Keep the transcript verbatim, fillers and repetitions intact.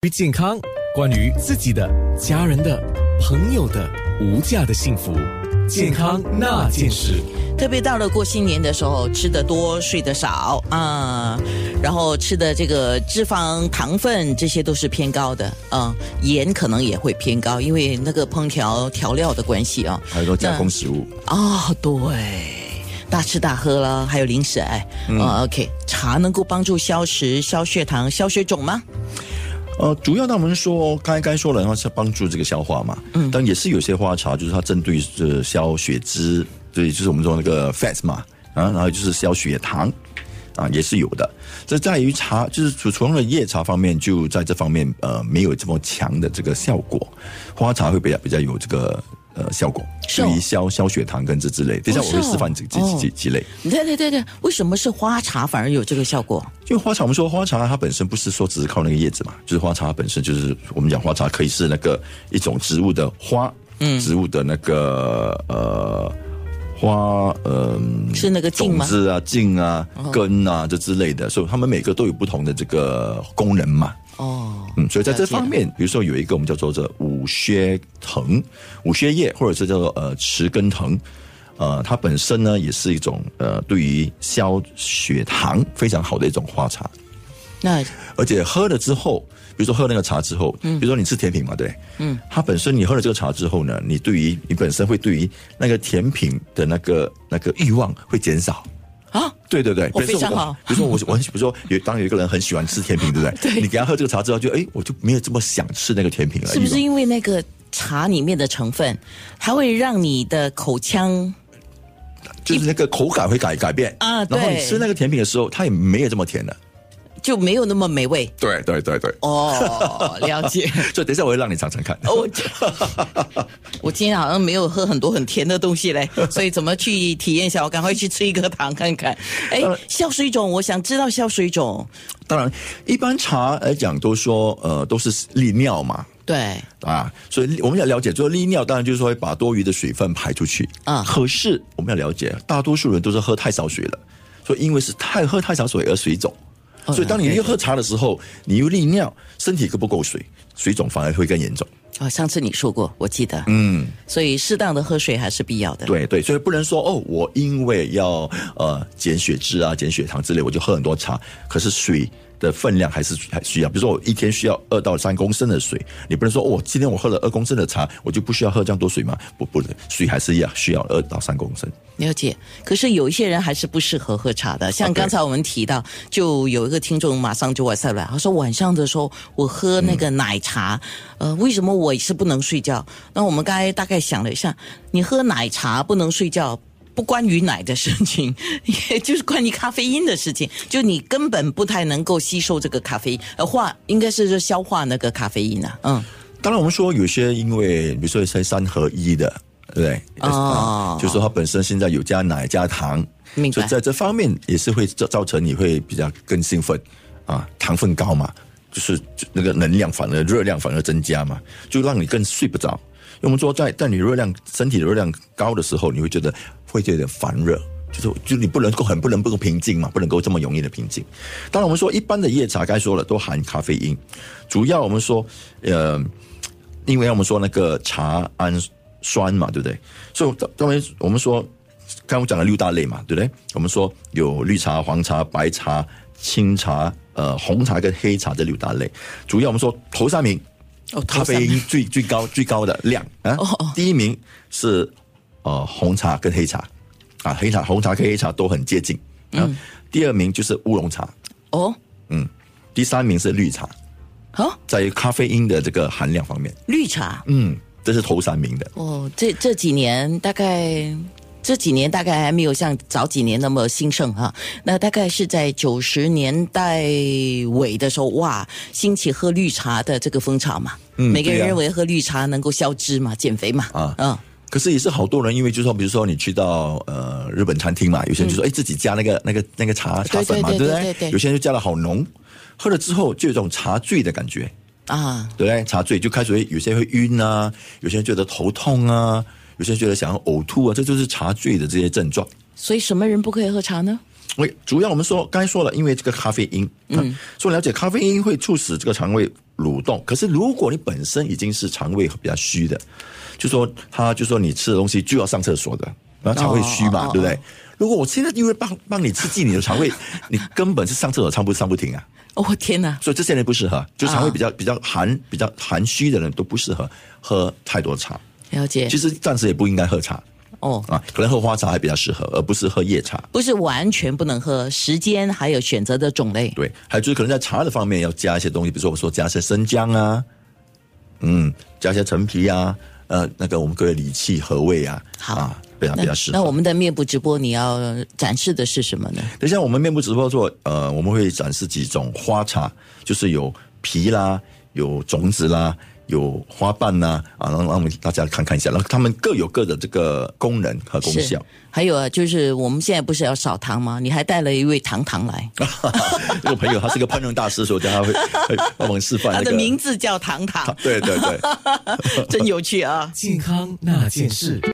于健康，关于自己的、家人的、朋友的无价的幸福。健康那件事， 特别到了过新年的时候，吃得多睡得少啊，然后吃的这个脂肪糖分这些都是偏高的啊，盐可能也会偏高，因为那个烹调调料的关系啊， 还有多加工食物哦，对，大吃大喝了，还有零食哎，嗯、哦、，OK， 茶能够帮助消食、消血糖、消血肿吗？ 呃，主要呢，我们说刚刚说了，然后是帮助这个消化嘛，嗯，但也是有些花茶，就是它针对呃消血脂，对，就是我们说那个 fats 嘛，啊，然后就是消血糖，啊，也是有的。这在于茶，就是除除了叶茶方面，就在这方面呃没有这么强的这个效果，花茶会比较比较有这个呃效果，对于消消血糖跟这之类。等一下我会示范这这几几类。 对对对对，为什么是花茶反而有这个效果？ 因为花茶，我们说花茶它本身不是说只是靠那个叶子嘛，就是花茶本身就是我们讲花茶可以是那个一种植物的花，嗯，植物的那个呃花，呃， 是那个茎吗？ 种子啊、茎啊、哦、根啊这之类的，所以它们每个都有不同的这个功能嘛。哦，嗯，所以在这方面，比如说有一个我们叫做这五靴藤、五靴叶，或者是叫做呃匙羹藤。呃，它本身呢也是一种呃对于消血糖非常好的一种花茶。 那而且喝了之后，比如说喝那个茶之后，嗯，比如说你吃甜品嘛，对，嗯，它本身你喝了这个茶之后呢，你对于你本身会对于那个甜品的那个那个欲望会减少。 啊， 对对对， 我非常好。 比如说我我比如说有当有一个人很喜欢吃甜品，对不对？ 对， 你给他喝这个茶之后，就哎，我就没有这么想吃那个甜品了。 是不是因为那个茶里面的成分，它会让你的口腔？ 就是那个口感会改改变啊， 然后你吃那个甜品的时候，它也没有这么甜了， 就没有那么美味。 对对对对， 哦，了解。 所以等一下我会让你尝尝看。 哦，我今天好像没有喝很多很甜的东西嘞，所以怎么去体验一下？我赶快去吃一颗糖看看。哎，消水肿，我想知道消水肿。 当然，一般茶来讲都说呃都是利尿嘛。 对啊，所以我们要了解，就是利尿，当然就是说会把多余的水分排出去啊。可是我们要了解，大多数人都是喝太少水了，所以因为是太喝太少水而水肿。哦、所以当你又喝茶的时候，你又利尿，身体不够水，水肿反而会更严重。 哦，上次你说过，我记得。嗯，所以适当的喝水还是必要的。 对对，所以不能说哦，我因为要呃减血脂啊、减血糖之类，我就喝很多茶，可是水的分量还是还需要，比如说我一天需要二到三公升的水，你不能说哦，今天我喝了二公升的茶，我就不需要喝这样多水吗？不不的，水还是要需要二到三公升。 了解，可是有一些人还是不适合喝茶的，像刚才我们提到，就有一个听众马上就WhatsApp来，他说晚上的时候我喝那个奶茶，嗯、呃，为什么我是不能睡觉？那我们刚才大概想了一下，你喝奶茶不能睡觉。不关于奶的事情，也就是关于咖啡因的事情，就你根本不太能够吸收这个咖啡因，呃，化应该是消化那个咖啡因啊。嗯， 当然我们说有些因为比如说是三合一的，对不对？哦、嗯，就是说它本身现在有加奶加糖， 明白。 所以在这方面也是会造成你会比较更兴奋啊，糖分高嘛，就是那个能量反而热量反而增加嘛，就让你更睡不着。因为我们说在在你热量身体的热量高的时候，你会觉得会有点烦热，就是就你不能够很不能够平静嘛，不能够这么容易的平静。当然我们说一般的叶茶该说了都含咖啡因，主要我们说呃，因为我们说那个茶氨酸嘛，对不对？所以当然我们说刚刚讲了六大类嘛，对不对？我们说有绿茶、黄茶、白茶、青茶、呃红茶跟黑茶这六大类，主要我们说头三名。 哦、 咖啡因最最高最高的量啊，哦哦第一名是呃红茶跟黑茶啊，黑茶红茶跟黑茶都很接近啊。嗯、第二名就是乌龙茶哦，嗯，第三名是绿茶哦，在于咖啡因的这个含量方面， 绿茶嗯，这是头三名的哦。这这几年大概。这几年大概还没有像早几年那么兴盛哈，那大概是在九十年代尾的时候，哇，兴起喝绿茶的这个风潮嘛，嗯，每个人认为喝绿茶能够消脂嘛，减肥嘛，啊，嗯。 可是也是好多人，因为就是说，比如说你去到呃日本餐厅嘛，有些人就说，哎、嗯，自己加那个那个那个茶茶粉嘛，对不对？对对对，有些人就加了好浓，喝了之后就有种茶醉的感觉啊，对不对？茶醉就开始会有些会晕啊，有些人觉得头痛啊。有些人觉得想要呕吐啊，这就是茶醉的这些症状。 所以什么人不可以喝茶呢？ OK， 主要我们说刚才说了，因为这个咖啡因，嗯，所以了解咖啡因会促使这个肠胃蠕动。可是如果你本身已经是肠胃比较虚的，就说他就说你吃的东西就要上厕所的，然后肠胃虚嘛，哦、对不对？如果我现在因为帮帮你刺激你的肠胃，你根本是上厕所上不上不停啊！ 哦天哪！ 所以这些人不适合，就肠胃比较、啊、比较寒、比较寒虚的人都不适合喝太多茶。 了解。 其实暂时也不应该喝茶。哦啊，可能喝花茶还比较适合，而不是喝叶茶。 不是完全不能喝，时间还有选择的种类。 对，还有就是可能在茶的方面要加一些东西，比如说我说加一些生姜啊，嗯，加一些陈皮啊，呃，那个我们各位理气和胃啊， 好， 啊、非常比较适合。 那我们的面部直播你要展示的是什么呢？ 等一下我们面部直播做，呃，我们会展示几种花茶，就是有皮啦，有种子啦。有花瓣呐、啊，啊，让让我们大家看看一下，然后他们各有各的这个功能和功效。 还有啊，就是我们现在不是要少糖吗？你还带了一位糖糖来， 这个朋友他是个烹饪大师，所以他会会帮我们示范、那个。 他的名字叫糖糖， 对对对， 真有趣啊！ 健康那件事。